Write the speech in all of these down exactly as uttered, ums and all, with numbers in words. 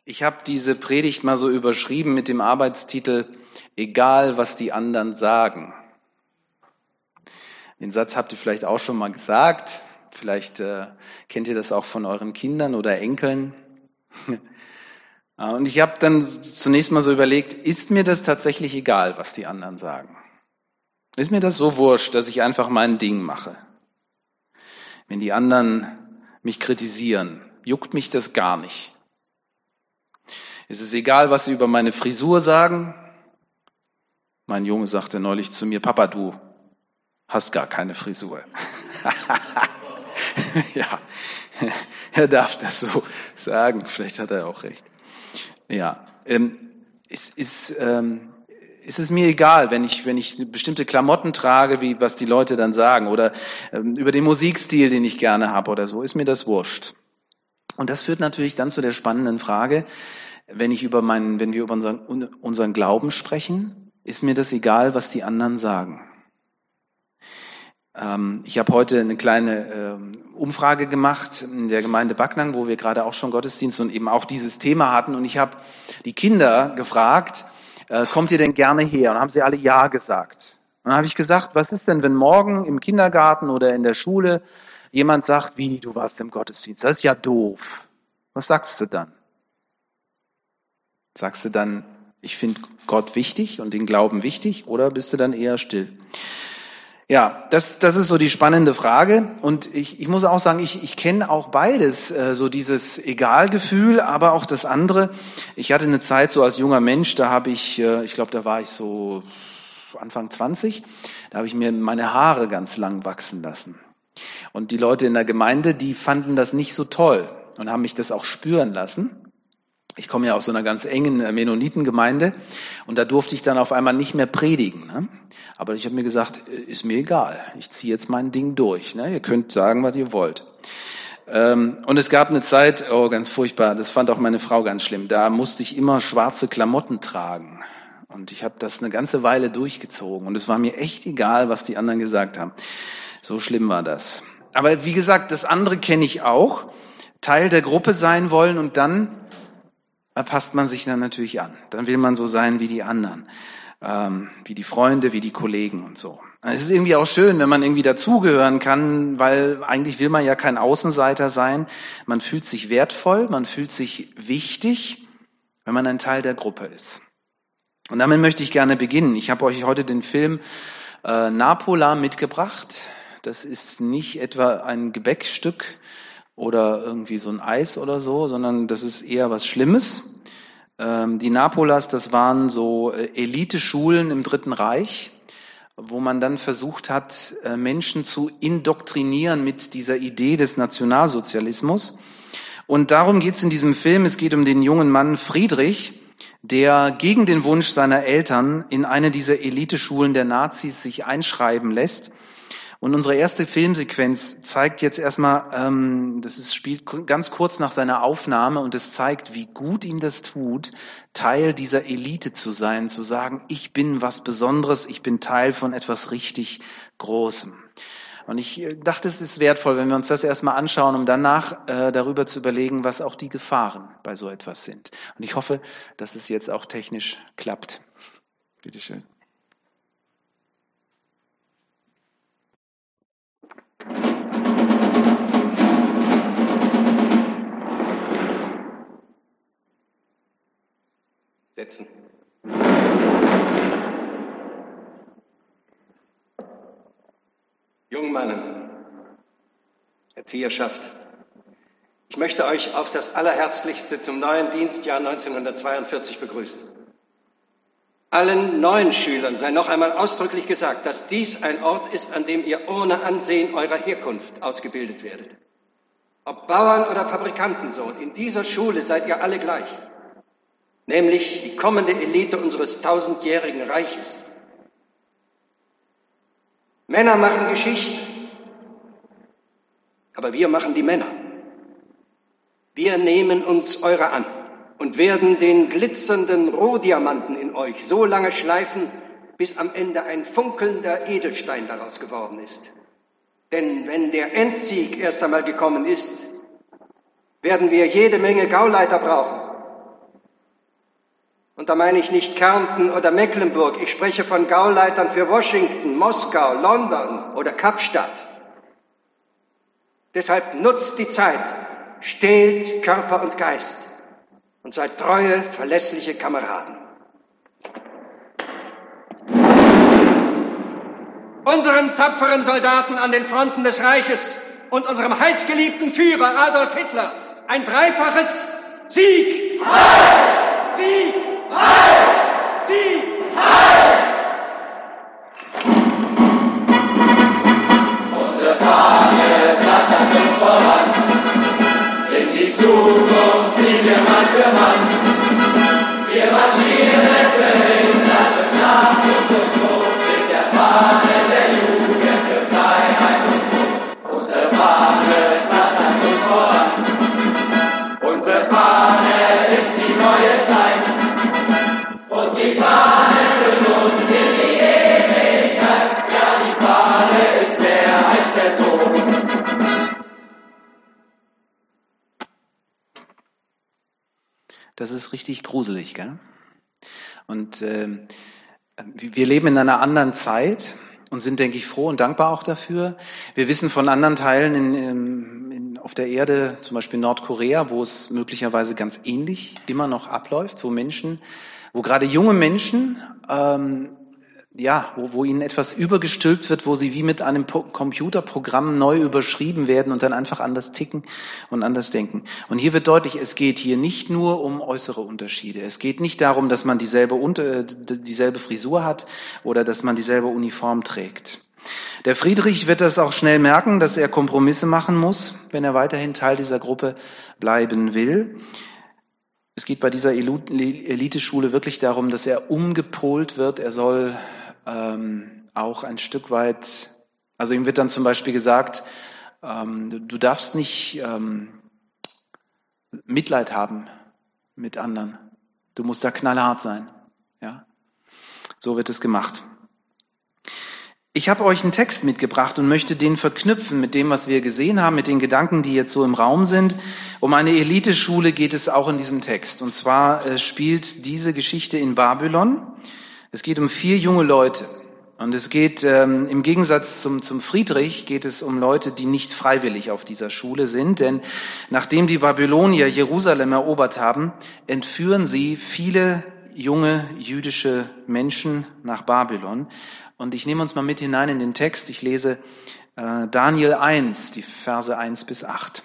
Ich habe diese Predigt mal so überschrieben mit dem Arbeitstitel "Egal, was die anderen sagen". Den Satz habt ihr vielleicht auch schon mal gesagt. Vielleicht äh, kennt ihr das auch von euren Kindern oder Enkeln. Und ich habe dann zunächst mal so überlegt, ist mir das tatsächlich egal, was die anderen sagen? Ist mir das so wurscht, dass ich einfach mein Ding mache? Wenn die anderen mich kritisieren, juckt mich das gar nicht. Ist es egal, was sie über meine Frisur sagen? Mein Junge sagte neulich zu mir, Papa, du hast gar keine Frisur. Ja, er darf das so sagen. Vielleicht hat er auch recht. Ja, ähm, ist, ist, ähm, ist es mir egal, wenn ich, wenn ich bestimmte Klamotten trage, wie was die Leute dann sagen, oder ähm, über den Musikstil, den ich gerne habe oder so, ist mir das wurscht. Und das führt natürlich dann zu der spannenden Frage, wenn ich über meinen, wenn wir über unseren, unseren Glauben sprechen, ist mir das egal, was die anderen sagen. Ähm, ich habe heute eine kleine ähm, Umfrage gemacht in der Gemeinde Backnang, wo wir gerade auch schon Gottesdienst und eben auch dieses Thema hatten. Und ich habe die Kinder gefragt, äh, kommt ihr denn gerne her? Und dann haben sie alle Ja gesagt. Und dann habe ich gesagt, was ist denn, wenn morgen im Kindergarten oder in der Schule jemand sagt, wie, du warst im Gottesdienst? Das ist ja doof. Was sagst du dann? Sagst du dann, ich finde Gott wichtig und den Glauben wichtig, oder bist du dann eher still? Ja, das, das ist so die spannende Frage. Und ich, ich muss auch sagen, ich, ich kenne auch beides, äh, so dieses Egalgefühl, aber auch das andere. Ich hatte eine Zeit so als junger Mensch, da habe ich, äh, ich glaube, da war ich so Anfang zwanzig, da habe ich mir meine Haare ganz lang wachsen lassen. Und die Leute in der Gemeinde, die fanden das nicht so toll und haben mich das auch spüren lassen. Ich komme ja aus so einer ganz engen Mennonitengemeinde und da durfte ich dann auf einmal nicht mehr predigen. Ne? Aber ich habe mir gesagt, ist mir egal, ich ziehe jetzt mein Ding durch. Ne? Ihr könnt sagen, was ihr wollt. Ähm, und es gab eine Zeit, oh ganz furchtbar, das fand auch meine Frau ganz schlimm, da musste ich immer schwarze Klamotten tragen. Und ich habe das eine ganze Weile durchgezogen und es war mir echt egal, was die anderen gesagt haben. So schlimm war das. Aber wie gesagt, das andere kenne ich auch, Teil der Gruppe sein wollen und dann passt man sich dann natürlich an. Dann will man so sein wie die anderen, ähm, wie die Freunde, wie die Kollegen und so. Es ist irgendwie auch schön, wenn man irgendwie dazugehören kann, weil eigentlich will man ja kein Außenseiter sein. Man fühlt sich wertvoll, man fühlt sich wichtig, wenn man ein Teil der Gruppe ist. Und damit möchte ich gerne beginnen. Ich habe euch heute den Film äh, Napola mitgebracht. Das ist nicht etwa ein Gebäckstück oder irgendwie so ein Eis oder so, sondern das ist eher was Schlimmes. Ähm, die Napolas, das waren so äh, Eliteschulen im Dritten Reich, wo man dann versucht hat, äh, Menschen zu indoktrinieren mit dieser Idee des Nationalsozialismus. Und darum geht es in diesem Film. Es geht um den jungen Mann Friedrich, der gegen den Wunsch seiner Eltern in eine dieser Eliteschulen der Nazis sich einschreiben lässt. Und unsere erste Filmsequenz zeigt jetzt erstmal, ähm, das ist, spielt ganz kurz nach seiner Aufnahme und es zeigt, wie gut ihm das tut, Teil dieser Elite zu sein, zu sagen, ich bin was Besonderes, ich bin Teil von etwas richtig Großem. Und ich dachte, es ist wertvoll, wenn wir uns das erstmal anschauen, um danach äh, darüber zu überlegen, was auch die Gefahren bei so etwas sind. Und ich hoffe, dass es jetzt auch technisch klappt. Bitte schön. Setzen. Jungmannen, Erzieherschaft, ich möchte euch auf das Allerherzlichste zum neuen Dienstjahr neunzehnhundertzweiundvierzig begrüßen. Allen neuen Schülern sei noch einmal ausdrücklich gesagt, dass dies ein Ort ist, an dem ihr ohne Ansehen eurer Herkunft ausgebildet werdet. Ob Bauern oder Fabrikantensohn, in dieser Schule seid ihr alle gleich. Nämlich die kommende Elite unseres tausendjährigen Reiches. Männer machen Geschichte, aber wir machen die Männer. Wir nehmen uns eurer an und werden den glitzernden Rohdiamanten in euch so lange schleifen, bis am Ende ein funkelnder Edelstein daraus geworden ist. Denn wenn der Endsieg erst einmal gekommen ist, werden wir jede Menge Gauleiter brauchen. Und da meine ich nicht Kärnten oder Mecklenburg. Ich spreche von Gauleitern für Washington, Moskau, London oder Kapstadt. Deshalb nutzt die Zeit, stehlt Körper und Geist und seid treue, verlässliche Kameraden. Unseren tapferen Soldaten an den Fronten des Reiches und unserem heißgeliebten Führer Adolf Hitler ein dreifaches Sieg! Heil! Sieg! Heil! Sieg! Heil! Unsere Fahne flattert uns voran, in die Zukunft ziehen wir Mann für Mann. Wir marschieren behindert durch Nacht und durch Not, mit der Fahne der Jugend für Freiheit und Mut. Unsere Fahne flattert uns voran, unsere Fahne ist die neue Zeit. Und die Fahne für uns in die Ewigkeit, ja, die Fahne ist mehr als der Tod. Das ist richtig gruselig, gell? Und äh, wir leben in einer anderen Zeit und sind, denke ich, froh und dankbar auch dafür. Wir wissen von anderen Teilen in, in, in, auf der Erde, zum Beispiel Nordkorea, wo es möglicherweise ganz ähnlich immer noch abläuft, wo Menschen wo gerade junge Menschen, ähm, ja, wo, wo ihnen etwas übergestülpt wird, wo sie wie mit einem po- Computerprogramm neu überschrieben werden und dann einfach anders ticken und anders denken. Und hier wird deutlich, es geht hier nicht nur um äußere Unterschiede. Es geht nicht darum, dass man dieselbe, unter, dieselbe Frisur hat oder dass man dieselbe Uniform trägt. Der Friedrich wird das auch schnell merken, dass er Kompromisse machen muss, wenn er weiterhin Teil dieser Gruppe bleiben will. Es geht bei dieser Eliteschule wirklich darum, dass er umgepolt wird. Er soll ähm, auch ein Stück weit, also ihm wird dann zum Beispiel gesagt, ähm, du, du darfst nicht ähm, Mitleid haben mit anderen. Du musst da knallhart sein. Ja, so wird es gemacht. Ich habe euch einen Text mitgebracht und möchte den verknüpfen mit dem, was wir gesehen haben, mit den Gedanken, die jetzt so im Raum sind. Um eine Eliteschule geht es auch in diesem Text. Und zwar äh, spielt diese Geschichte in Babylon. Es geht um vier junge Leute. Und es geht, ähm, im Gegensatz zum, zum Friedrich, geht es um Leute, die nicht freiwillig auf dieser Schule sind. Denn nachdem die Babylonier Jerusalem erobert haben, entführen sie viele junge jüdische Menschen nach Babylon. Und ich nehme uns mal mit hinein in den Text. Ich lese äh, Daniel eins, die Verse eins bis acht.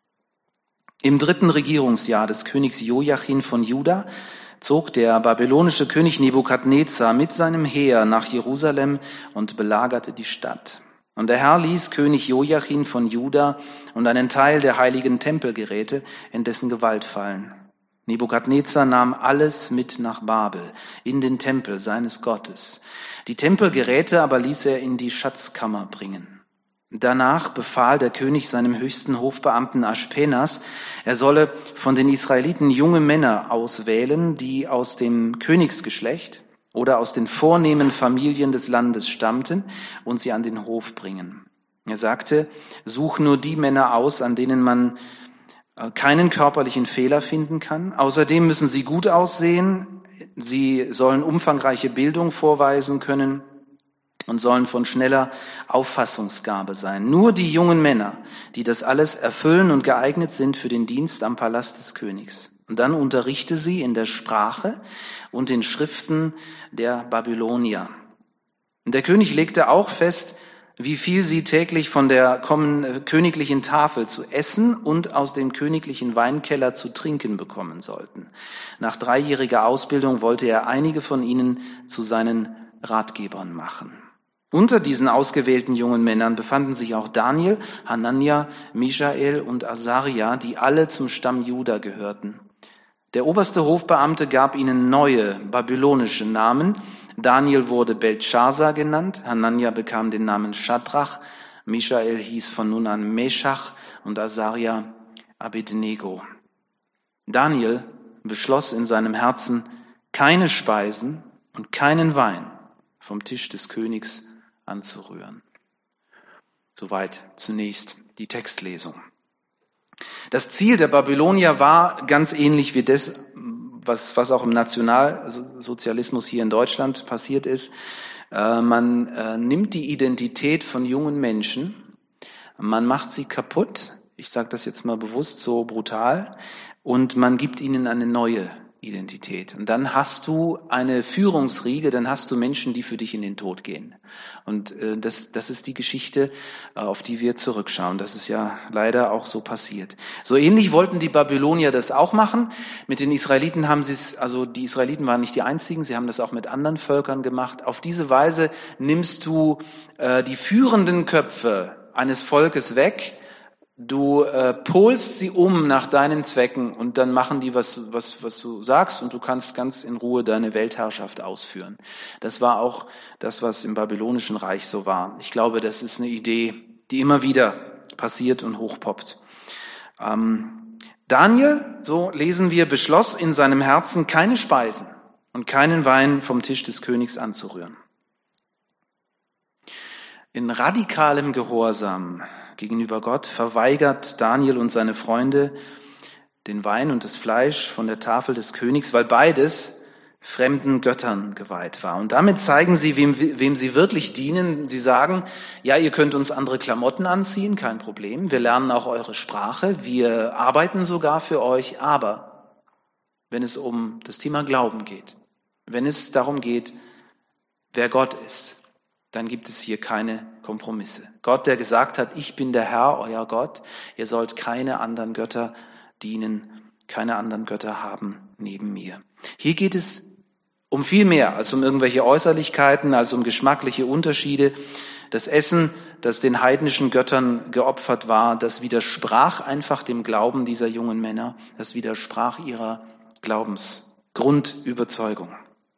Im dritten Regierungsjahr des Königs Joachim von Juda zog der babylonische König Nebukadnezar mit seinem Heer nach Jerusalem und belagerte die Stadt. Und der Herr ließ König Joachim von Juda und einen Teil der heiligen Tempelgeräte in dessen Gewalt fallen. Nebukadnezar nahm alles mit nach Babel, in den Tempel seines Gottes. Die Tempelgeräte aber ließ er in die Schatzkammer bringen. Danach befahl der König seinem höchsten Hofbeamten Aschpenas, er solle von den Israeliten junge Männer auswählen, die aus dem Königsgeschlecht oder aus den vornehmen Familien des Landes stammten, und sie an den Hof bringen. Er sagte, such nur die Männer aus, an denen man keinen körperlichen Fehler finden kann. Außerdem müssen sie gut aussehen, sie sollen umfangreiche Bildung vorweisen können und sollen von schneller Auffassungsgabe sein. Nur die jungen Männer, die das alles erfüllen und geeignet sind für den Dienst am Palast des Königs. Und dann unterrichte sie in der Sprache und den Schriften der Babylonier. Und der König legte auch fest, wie viel sie täglich von der kommenden königlichen Tafel zu essen und aus dem königlichen Weinkeller zu trinken bekommen sollten. Nach dreijähriger Ausbildung wollte er einige von ihnen zu seinen Ratgebern machen. Unter diesen ausgewählten jungen Männern befanden sich auch Daniel, Hanania, Michael und Asaria, die alle zum Stamm Juda gehörten. Der oberste Hofbeamte gab ihnen neue babylonische Namen. Daniel wurde Beltschazar genannt, Hanania bekam den Namen Schadrach, Michael hieß von nun an Meschach und Asaria Abednego. Daniel beschloss in seinem Herzen, keine Speisen und keinen Wein vom Tisch des Königs anzurühren. Soweit zunächst die Textlesung. Das Ziel der Babylonier war ganz ähnlich wie das, was, was auch im Nationalsozialismus hier in Deutschland passiert ist. Äh, man äh, nimmt die Identität von jungen Menschen, man macht sie kaputt, ich sage das jetzt mal bewusst so brutal, und man gibt ihnen eine neue Identität. Und dann hast du eine Führungsriege, dann hast du Menschen, die für dich in den Tod gehen. Und äh, das, das ist die Geschichte, äh, auf die wir zurückschauen. Das ist ja leider auch so passiert. So ähnlich wollten die Babylonier das auch machen. Mit den Israeliten haben sie es, also die Israeliten waren nicht die einzigen, sie haben das auch mit anderen Völkern gemacht. Auf diese Weise nimmst du äh, die führenden Köpfe eines Volkes weg. Du äh, polst sie um nach deinen Zwecken und dann machen die, was, was, was du sagst, und du kannst ganz in Ruhe deine Weltherrschaft ausführen. Das war auch das, was im Babylonischen Reich so war. Ich glaube, das ist eine Idee, die immer wieder passiert und hochpoppt. Ähm, Daniel, so lesen wir, beschloss in seinem Herzen, keine Speisen und keinen Wein vom Tisch des Königs anzurühren. In radikalem Gehorsam gegenüber Gott verweigert Daniel und seine Freunde den Wein und das Fleisch von der Tafel des Königs, weil beides fremden Göttern geweiht war. Und damit zeigen sie, wem, wem sie wirklich dienen. Sie sagen, ja, ihr könnt uns andere Klamotten anziehen, kein Problem. Wir lernen auch eure Sprache, wir arbeiten sogar für euch. Aber wenn es um das Thema Glauben geht, wenn es darum geht, wer Gott ist, dann gibt es hier keine Kompromisse. Gott, der gesagt hat, ich bin der Herr, euer Gott, ihr sollt keine anderen Götter dienen, keine anderen Götter haben neben mir. Hier geht es um viel mehr als um irgendwelche Äußerlichkeiten, als um geschmackliche Unterschiede. Das Essen, das den heidnischen Göttern geopfert war, das widersprach einfach dem Glauben dieser jungen Männer, das widersprach ihrer Glaubensgrundüberzeugung.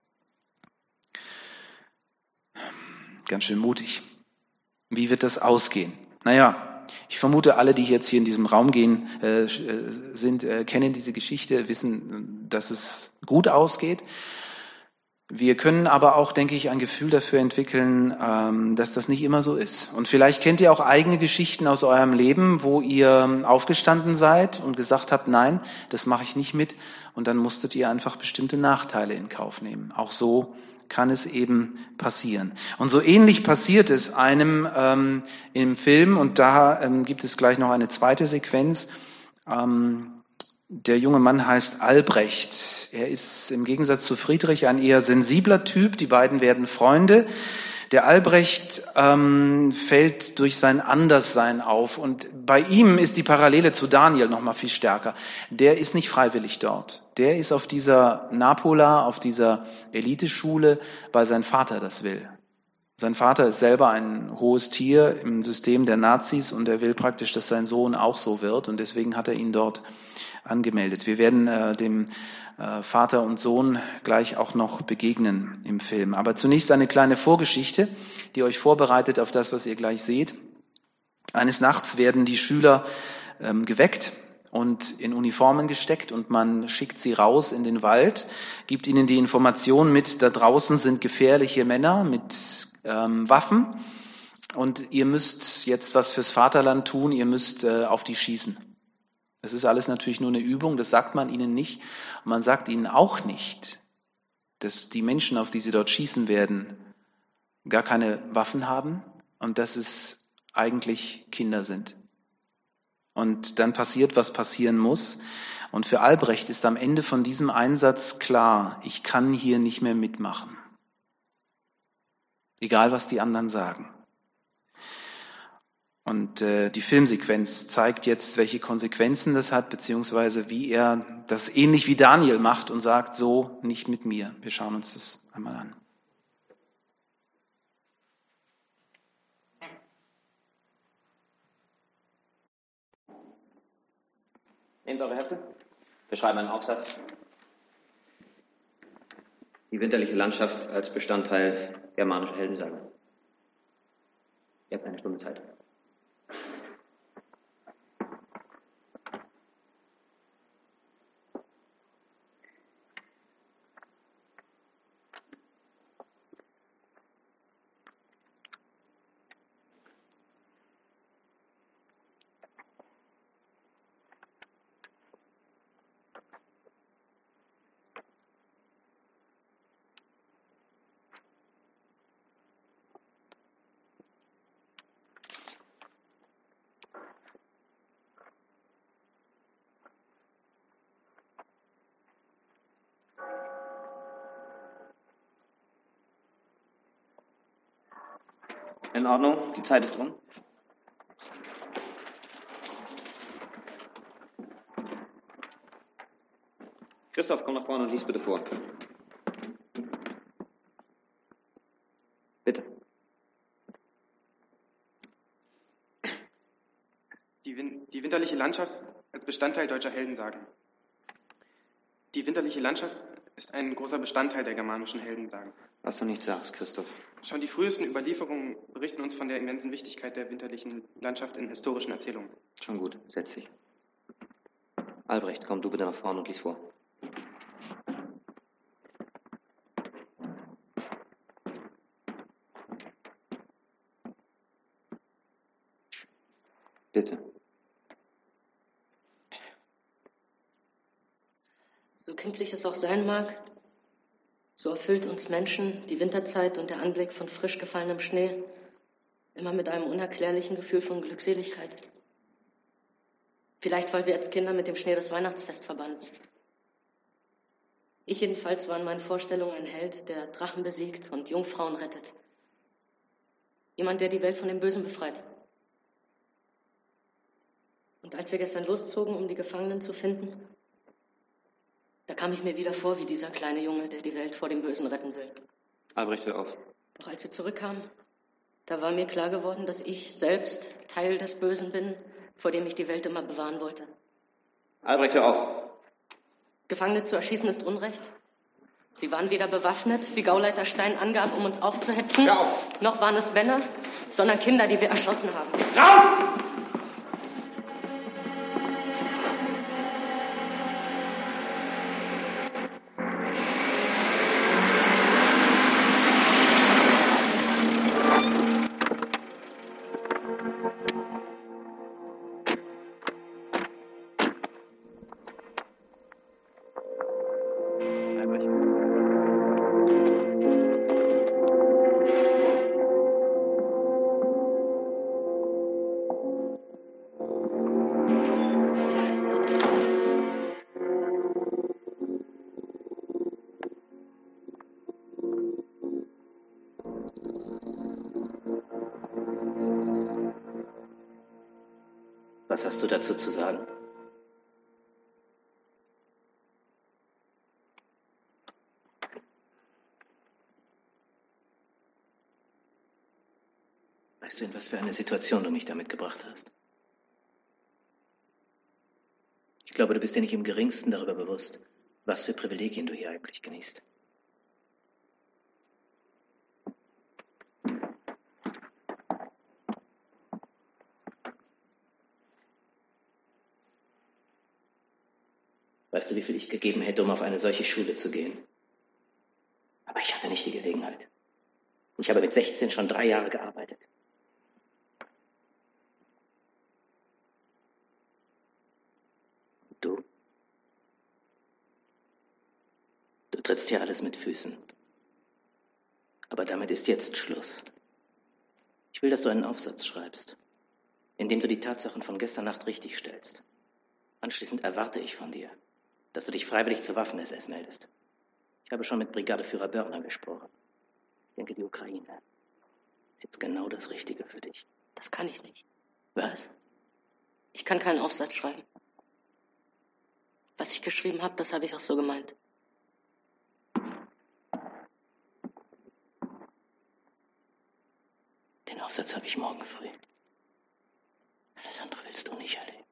Ganz schön mutig. Wie wird das ausgehen? Naja, ich vermute, alle, die jetzt hier in diesem Raum gehen, äh, sind, äh, kennen diese Geschichte, wissen, dass es gut ausgeht. Wir können aber auch, denke ich, ein Gefühl dafür entwickeln, ähm, dass das nicht immer so ist. Und vielleicht kennt ihr auch eigene Geschichten aus eurem Leben, wo ihr aufgestanden seid und gesagt habt, nein, das mache ich nicht mit. Und dann musstet ihr einfach bestimmte Nachteile in Kauf nehmen. Auch so kann es eben passieren. Und so ähnlich passiert es einem ähm, im Film, und da ähm, gibt es gleich noch eine zweite Sequenz. Ähm, der junge Mann heißt Albrecht. Er ist im Gegensatz zu Friedrich ein eher sensibler Typ. Die beiden werden Freunde. Der Albrecht ähm, fällt durch sein Anderssein auf, und bei ihm ist die Parallele zu Daniel noch mal viel stärker. Der ist nicht freiwillig dort. Der ist auf dieser Napola, auf dieser Eliteschule, weil sein Vater das will. Sein Vater ist selber ein hohes Tier im System der Nazis und er will praktisch, dass sein Sohn auch so wird, und deswegen hat er ihn dort angemeldet. Wir werden äh, dem äh, Vater und Sohn gleich auch noch begegnen im Film. Aber zunächst eine kleine Vorgeschichte, die euch vorbereitet auf das, was ihr gleich seht. Eines Nachts werden die Schüler ähm, geweckt und in Uniformen gesteckt, und man schickt sie raus in den Wald, gibt ihnen die Information mit, da draußen sind gefährliche Männer mit ähm, Waffen, und ihr müsst jetzt was fürs Vaterland tun, ihr müsst äh, auf die schießen. Das ist alles natürlich nur eine Übung, das sagt man ihnen nicht. Und man sagt ihnen auch nicht, dass die Menschen, auf die sie dort schießen werden, gar keine Waffen haben und dass es eigentlich Kinder sind. Und dann passiert, was passieren muss. Und für Albrecht ist am Ende von diesem Einsatz klar, ich kann hier nicht mehr mitmachen. Egal, was die anderen sagen. Und äh, die Filmsequenz zeigt jetzt, welche Konsequenzen das hat, beziehungsweise wie er das ähnlich wie Daniel macht und sagt, so nicht mit mir. Wir schauen uns das einmal an. Nehmt eure Hefte. Wir schreiben einen Aufsatz. Die winterliche Landschaft als Bestandteil germanischer Heldensagen. Ihr habt eine Stunde Zeit. In Ordnung, die Zeit ist rum. Christoph, komm nach vorne und lies bitte vor. Bitte. Die, Win- die winterliche Landschaft als Bestandteil deutscher Heldensagen. Die winterliche Landschaft ist ein großer Bestandteil der germanischen Heldensagen. Was du nicht sagst, Christoph. Schon die frühesten Überlieferungen berichten uns von der immensen Wichtigkeit der winterlichen Landschaft in historischen Erzählungen. Schon gut, setz dich. Albrecht, komm du bitte nach vorne und lies vor. Bitte. So kindlich es auch sein mag, so erfüllt uns Menschen die Winterzeit und der Anblick von frisch gefallenem Schnee immer mit einem unerklärlichen Gefühl von Glückseligkeit. Vielleicht, weil wir als Kinder mit dem Schnee das Weihnachtsfest verbanden. Ich jedenfalls war in meinen Vorstellungen ein Held, der Drachen besiegt und Jungfrauen rettet. Jemand, der die Welt von dem Bösen befreit. Und als wir gestern loszogen, um die Gefangenen zu finden, da kam ich mir wieder vor wie dieser kleine Junge, der die Welt vor dem Bösen retten will. Albrecht, hör auf. Doch als wir zurückkamen, da war mir klar geworden, dass ich selbst Teil des Bösen bin, vor dem ich die Welt immer bewahren wollte. Albrecht, hör auf. Gefangene zu erschießen ist Unrecht. Sie waren weder bewaffnet, wie Gauleiter Stein angab, um uns aufzuhetzen, Hör auf. noch waren es Männer, sondern Kinder, die wir erschossen haben. Raus! Was hast du dazu zu sagen? Weißt du, in was für eine Situation du mich damit gebracht hast? Ich glaube, du bist dir nicht im Geringsten darüber bewusst, was für Privilegien du hier eigentlich genießt. Weißt du, wie viel ich gegeben hätte, um auf eine solche Schule zu gehen? Aber ich hatte nicht die Gelegenheit. Ich habe mit sechzehn schon drei Jahre gearbeitet. Und du? Du trittst hier alles mit Füßen. Aber damit ist jetzt Schluss. Ich will, dass du einen Aufsatz schreibst, in dem du die Tatsachen von gestern Nacht richtig stellst. Anschließend erwarte ich von dir, dass du dich freiwillig zur Waffen-S S meldest. Ich habe schon mit Brigadeführer Börner gesprochen. Ich denke, die Ukraine ist jetzt genau das Richtige für dich. Das kann ich nicht. Was? Ich kann keinen Aufsatz schreiben. Was ich geschrieben habe, das habe ich auch so gemeint. Den Aufsatz habe ich morgen früh. Alles andere willst du nicht erleben.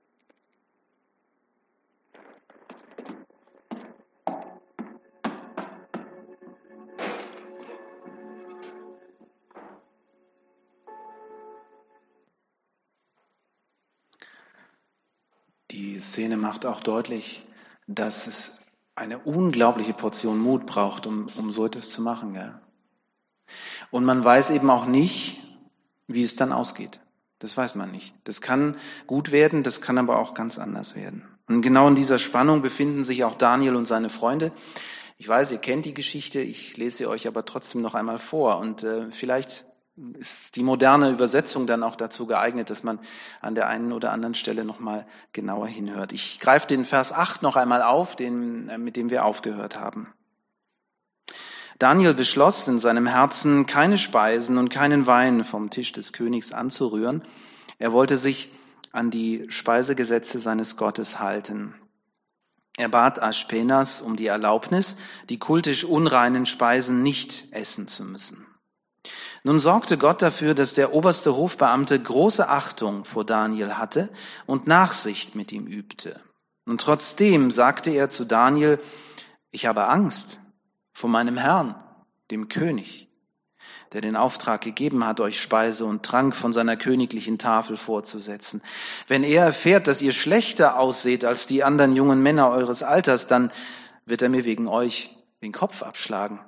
Die Szene macht auch deutlich, dass es eine unglaubliche Portion Mut braucht, um, um so etwas zu machen. Gell? Und man weiß eben auch nicht, wie es dann ausgeht. Das weiß man nicht. Das kann gut werden, das kann aber auch ganz anders werden. Und genau in dieser Spannung befinden sich auch Daniel und seine Freunde. Ich weiß, ihr kennt die Geschichte, ich lese sie euch aber trotzdem noch einmal vor. Und äh, vielleicht ist die moderne Übersetzung dann auch dazu geeignet, dass man an der einen oder anderen Stelle nochmal genauer hinhört. Ich greife den Vers acht noch einmal auf, den, mit dem wir aufgehört haben. Daniel beschloss in seinem Herzen, keine Speisen und keinen Wein vom Tisch des Königs anzurühren. Er wollte sich an die Speisegesetze seines Gottes halten. Er bat Aschpenas um die Erlaubnis, die kultisch unreinen Speisen nicht essen zu müssen. Nun sorgte Gott dafür, dass der oberste Hofbeamte große Achtung vor Daniel hatte und Nachsicht mit ihm übte. Und trotzdem sagte er zu Daniel, ich habe Angst vor meinem Herrn, dem König, der den Auftrag gegeben hat, euch Speise und Trank von seiner königlichen Tafel vorzusetzen. Wenn er erfährt, dass ihr schlechter ausseht als die anderen jungen Männer eures Alters, dann wird er mir wegen euch den Kopf abschlagen.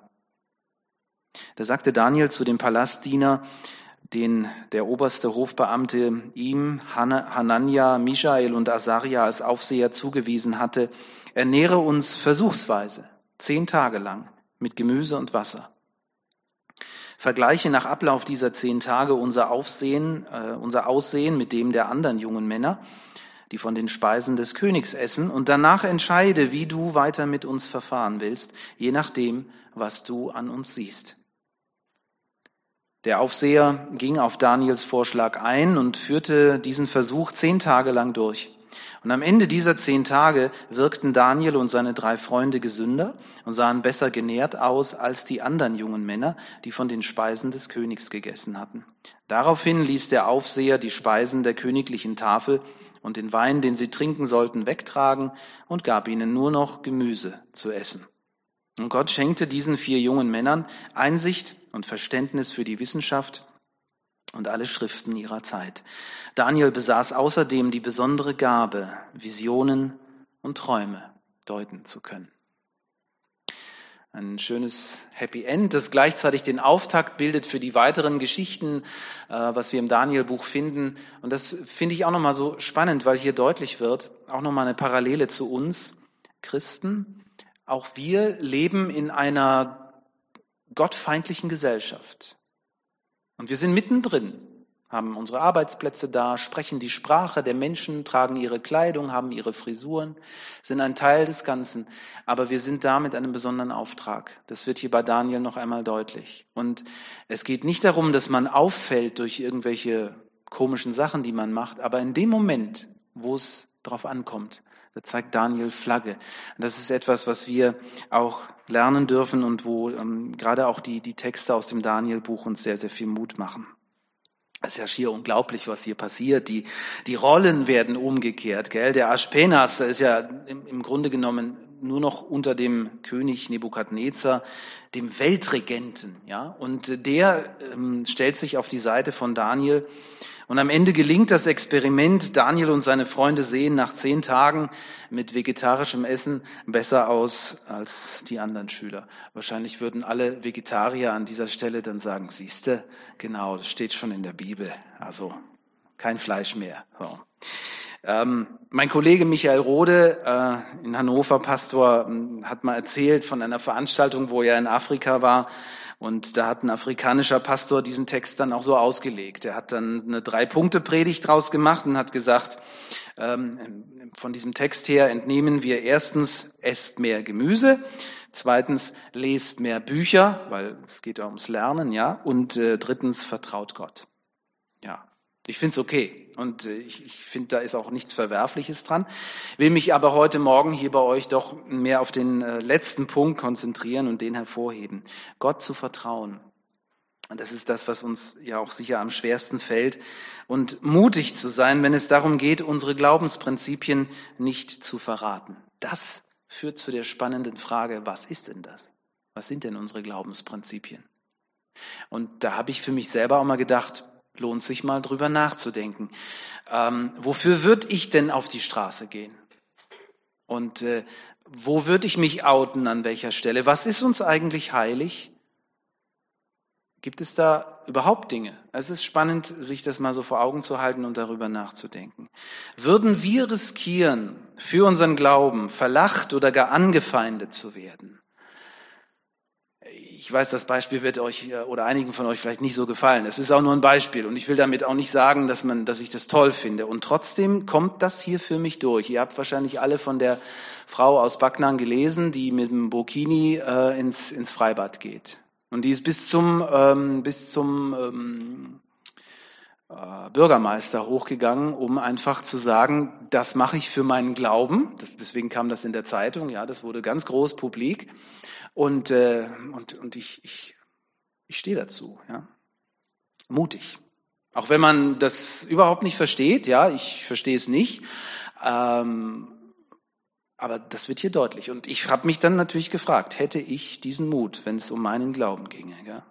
Da sagte Daniel zu dem Palastdiener, den der oberste Hofbeamte ihm, Hanania, Michael und Asaria als Aufseher zugewiesen hatte, ernähre uns versuchsweise, zehn Tage lang, mit Gemüse und Wasser. Vergleiche nach Ablauf dieser zehn Tage unser Aufsehen, äh, unser Aussehen mit dem der anderen jungen Männer, die von den Speisen des Königs essen, und danach entscheide, wie du weiter mit uns verfahren willst, je nachdem, was du an uns siehst. Der Aufseher ging auf Daniels Vorschlag ein und führte diesen Versuch zehn Tage lang durch. Und am Ende dieser zehn Tage wirkten Daniel und seine drei Freunde gesünder und sahen besser genährt aus als die anderen jungen Männer, die von den Speisen des Königs gegessen hatten. Daraufhin ließ der Aufseher die Speisen der königlichen Tafel und den Wein, den sie trinken sollten, wegtragen und gab ihnen nur noch Gemüse zu essen. Und Gott schenkte diesen vier jungen Männern Einsicht und Verständnis für die Wissenschaft und alle Schriften ihrer Zeit. Daniel besaß außerdem die besondere Gabe, Visionen und Träume deuten zu können. Ein schönes Happy End, das gleichzeitig den Auftakt bildet für die weiteren Geschichten, was wir im Daniel-Buch finden. Und das finde ich auch nochmal so spannend, weil hier deutlich wird, auch nochmal eine Parallele zu uns Christen. Auch wir leben in einer gottfeindlichen Gesellschaft. Und wir sind mittendrin, haben unsere Arbeitsplätze da, sprechen die Sprache der Menschen, tragen ihre Kleidung, haben ihre Frisuren, sind ein Teil des Ganzen. Aber wir sind da mit einem besonderen Auftrag. Das wird hier bei Daniel noch einmal deutlich. Und es geht nicht darum, dass man auffällt durch irgendwelche komischen Sachen, die man macht, aber in dem Moment, wo es drauf ankommt, da zeigt Daniel Flagge. Und das ist etwas, was wir auch lernen dürfen und wo ähm, gerade auch die, die Texte aus dem Daniel-Buch uns sehr, sehr viel Mut machen. Es ist ja schier unglaublich, was hier passiert. Die, die Rollen werden umgekehrt, gell? Der Aschpenas, der ist ja im, im Grunde genommen nur noch unter dem König Nebukadnezar, dem Weltregenten, ja? Und der ähm, stellt sich auf die Seite von Daniel. Und am Ende gelingt das Experiment. Daniel und seine Freunde sehen nach zehn Tagen mit vegetarischem Essen besser aus als die anderen Schüler. Wahrscheinlich würden alle Vegetarier an dieser Stelle dann sagen, siehste, genau, das steht schon in der Bibel. Also kein Fleisch mehr. So. Ähm, mein Kollege Michael Rode äh, in Hannover, Pastor, äh, hat mal erzählt von einer Veranstaltung, wo er in Afrika war. Und da hat ein afrikanischer Pastor diesen Text dann auch so ausgelegt. Er hat dann eine Drei-Punkte-Predigt draus gemacht und hat gesagt, ähm, von diesem Text her entnehmen wir erstens, esst mehr Gemüse, zweitens, lest mehr Bücher, weil es geht ja ums Lernen, ja, und äh, drittens, vertraut Gott. Ja, ich finde es okay. Und ich, ich finde, da ist auch nichts Verwerfliches dran. Will mich aber heute Morgen hier bei euch doch mehr auf den äh, letzten Punkt konzentrieren und den hervorheben. Gott zu vertrauen. Und das ist das, was uns ja auch sicher am schwersten fällt. Und mutig zu sein, wenn es darum geht, unsere Glaubensprinzipien nicht zu verraten. Das führt zu der spannenden Frage, was ist denn das? Was sind denn unsere Glaubensprinzipien? Und da habe ich für mich selber auch mal gedacht, lohnt sich mal drüber nachzudenken. Ähm, wofür würde ich denn auf die Straße gehen? Und äh, wo würde ich mich outen, an welcher Stelle? Was ist uns eigentlich heilig? Gibt es da überhaupt Dinge? Es ist spannend, sich das mal so vor Augen zu halten und darüber nachzudenken. Würden wir riskieren, für unseren Glauben verlacht oder gar angefeindet zu werden? Ich weiß, das Beispiel wird euch oder einigen von euch vielleicht nicht so gefallen. Es ist auch nur ein Beispiel und ich will damit auch nicht sagen, dass man, dass ich das toll finde. Und trotzdem kommt das hier für mich durch. Ihr habt wahrscheinlich alle von der Frau aus Backnang gelesen, die mit dem Burkini äh, ins, ins Freibad geht. Und die ist bis zum, ähm, bis zum ähm, äh, Bürgermeister hochgegangen, um einfach zu sagen, das mache ich für meinen Glauben. Das, deswegen kam das in der Zeitung, ja, das wurde ganz groß publik. Und, äh, und, und ich, ich, ich stehe dazu, ja. Mutig. Auch wenn man das überhaupt nicht versteht, ja, ich verstehe es nicht. Ähm, aber das wird hier deutlich. Und ich habe mich dann natürlich gefragt, hätte ich diesen Mut, wenn es um meinen Glauben ginge, ja?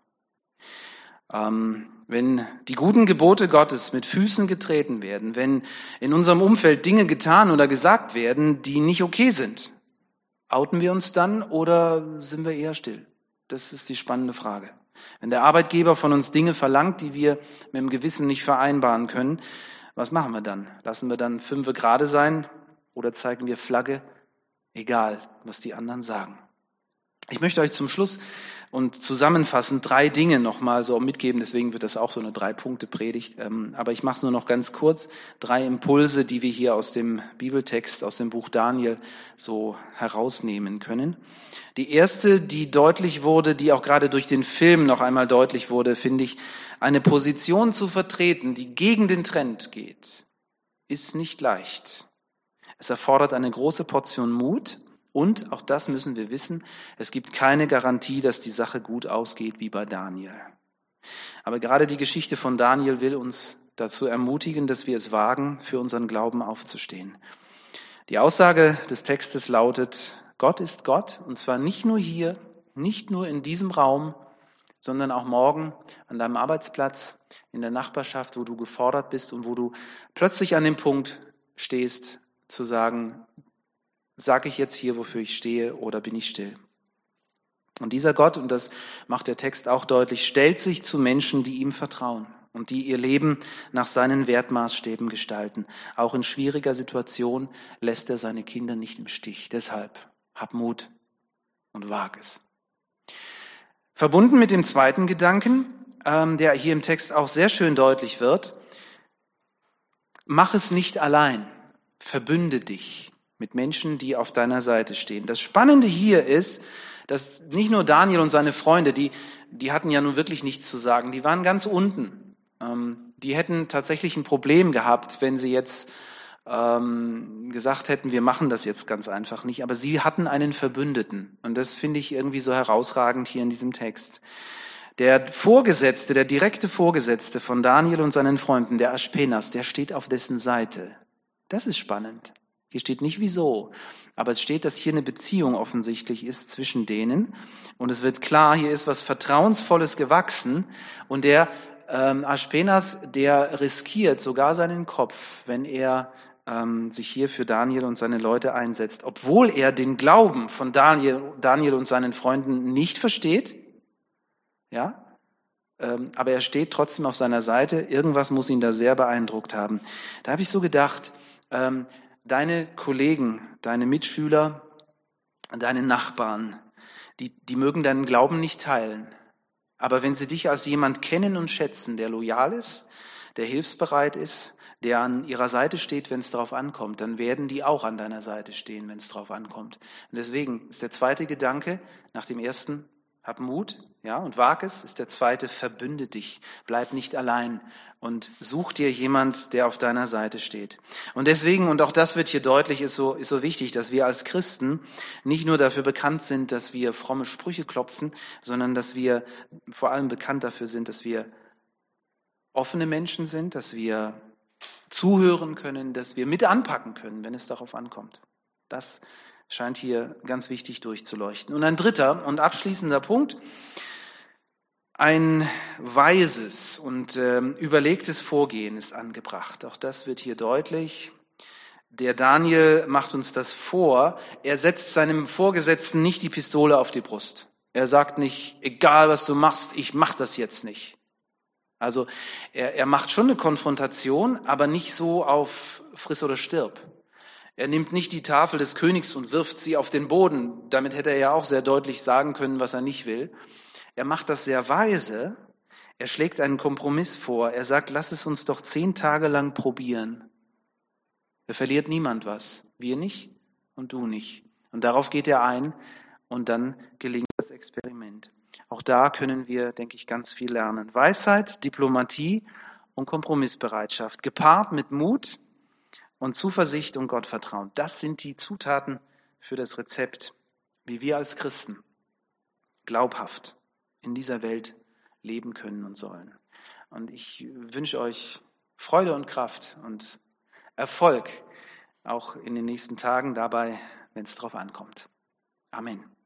Ähm, wenn die guten Gebote Gottes mit Füßen getreten werden, wenn in unserem Umfeld Dinge getan oder gesagt werden, die nicht okay sind, outen wir uns dann oder sind wir eher still? Das ist die spannende Frage. Wenn der Arbeitgeber von uns Dinge verlangt, die wir mit dem Gewissen nicht vereinbaren können, was machen wir dann? Lassen wir dann fünfe gerade sein oder zeigen wir Flagge, egal was die anderen sagen? Ich möchte euch zum Schluss und zusammenfassend drei Dinge nochmal so mitgeben, deswegen wird das auch so eine Drei-Punkte-Predigt, aber ich mache es nur noch ganz kurz. Drei Impulse, die wir hier aus dem Bibeltext, aus dem Buch Daniel so herausnehmen können. Die erste, die deutlich wurde, die auch gerade durch den Film noch einmal deutlich wurde, finde ich, eine Position zu vertreten, die gegen den Trend geht, ist nicht leicht. Es erfordert eine große Portion Mut. Und, auch das müssen wir wissen, es gibt keine Garantie, dass die Sache gut ausgeht wie bei Daniel. Aber gerade die Geschichte von Daniel will uns dazu ermutigen, dass wir es wagen, für unseren Glauben aufzustehen. Die Aussage des Textes lautet, Gott ist Gott, und zwar nicht nur hier, nicht nur in diesem Raum, sondern auch morgen an deinem Arbeitsplatz, in der Nachbarschaft, wo du gefordert bist und wo du plötzlich an dem Punkt stehst, zu sagen, sage ich jetzt hier, wofür ich stehe, oder bin ich still? Und dieser Gott, und das macht der Text auch deutlich, stellt sich zu Menschen, die ihm vertrauen und die ihr Leben nach seinen Wertmaßstäben gestalten. Auch in schwieriger Situation lässt er seine Kinder nicht im Stich. Deshalb hab Mut und wag es. Verbunden mit dem zweiten Gedanken, ähm, der hier im Text auch sehr schön deutlich wird, mach es nicht allein, verbünde dich mit Menschen, die auf deiner Seite stehen. Das Spannende hier ist, dass nicht nur Daniel und seine Freunde, die, die hatten ja nun wirklich nichts zu sagen, die waren ganz unten. Ähm, die hätten tatsächlich ein Problem gehabt, wenn sie jetzt ähm, gesagt hätten, wir machen das jetzt ganz einfach nicht. Aber sie hatten einen Verbündeten. Und das finde ich irgendwie so herausragend hier in diesem Text. Der Vorgesetzte, der direkte Vorgesetzte von Daniel und seinen Freunden, der Aschpenas, der steht auf dessen Seite. Das ist spannend. Hier steht nicht wieso, aber es steht, dass hier eine Beziehung offensichtlich ist zwischen denen. Und es wird klar, hier ist was Vertrauensvolles gewachsen. Und der ähm, Aschpenas, der riskiert sogar seinen Kopf, wenn er ähm, sich hier für Daniel und seine Leute einsetzt. Obwohl er den Glauben von Daniel, Daniel und seinen Freunden nicht versteht. Ja, ähm, aber er steht trotzdem auf seiner Seite. Irgendwas muss ihn da sehr beeindruckt haben. Da habe ich so gedacht, ähm, deine Kollegen, deine Mitschüler, deine Nachbarn, die, die mögen deinen Glauben nicht teilen. Aber wenn sie dich als jemand kennen und schätzen, der loyal ist, der hilfsbereit ist, der an ihrer Seite steht, wenn es darauf ankommt, dann werden die auch an deiner Seite stehen, wenn es darauf ankommt. Und deswegen ist der zweite Gedanke nach dem ersten, hab Mut, ja, und wag es, ist der zweite, verbünde dich, bleib nicht allein und such dir jemand, der auf deiner Seite steht. Und deswegen, und auch das wird hier deutlich, ist so, ist so wichtig, dass wir als Christen nicht nur dafür bekannt sind, dass wir fromme Sprüche klopfen, sondern dass wir vor allem bekannt dafür sind, dass wir offene Menschen sind, dass wir zuhören können, dass wir mit anpacken können, wenn es darauf ankommt. Das scheint hier ganz wichtig durchzuleuchten. Und ein dritter und abschließender Punkt, ein weises und äh, überlegtes Vorgehen ist angebracht. Auch das wird hier deutlich. Der Daniel macht uns das vor. Er setzt seinem Vorgesetzten nicht die Pistole auf die Brust. Er sagt nicht, egal was du machst, ich mach das jetzt nicht. Also er, er macht schon eine Konfrontation, aber nicht so auf friss oder stirb. Er nimmt nicht die Tafel des Königs und wirft sie auf den Boden. Damit hätte er ja auch sehr deutlich sagen können, was er nicht will. Er macht das sehr weise. Er schlägt einen Kompromiss vor. Er sagt, lass es uns doch zehn Tage lang probieren. Da verliert niemand was. Wir nicht und du nicht. Und darauf geht er ein und dann gelingt das Experiment. Auch da können wir, denke ich, ganz viel lernen. Weisheit, Diplomatie und Kompromissbereitschaft, gepaart mit Mut und Zuversicht und Gottvertrauen. Das sind die Zutaten für das Rezept, wie wir als Christen glaubhaft in dieser Welt leben können und sollen. Und ich wünsche euch Freude und Kraft und Erfolg auch in den nächsten Tagen dabei, wenn es drauf ankommt. Amen.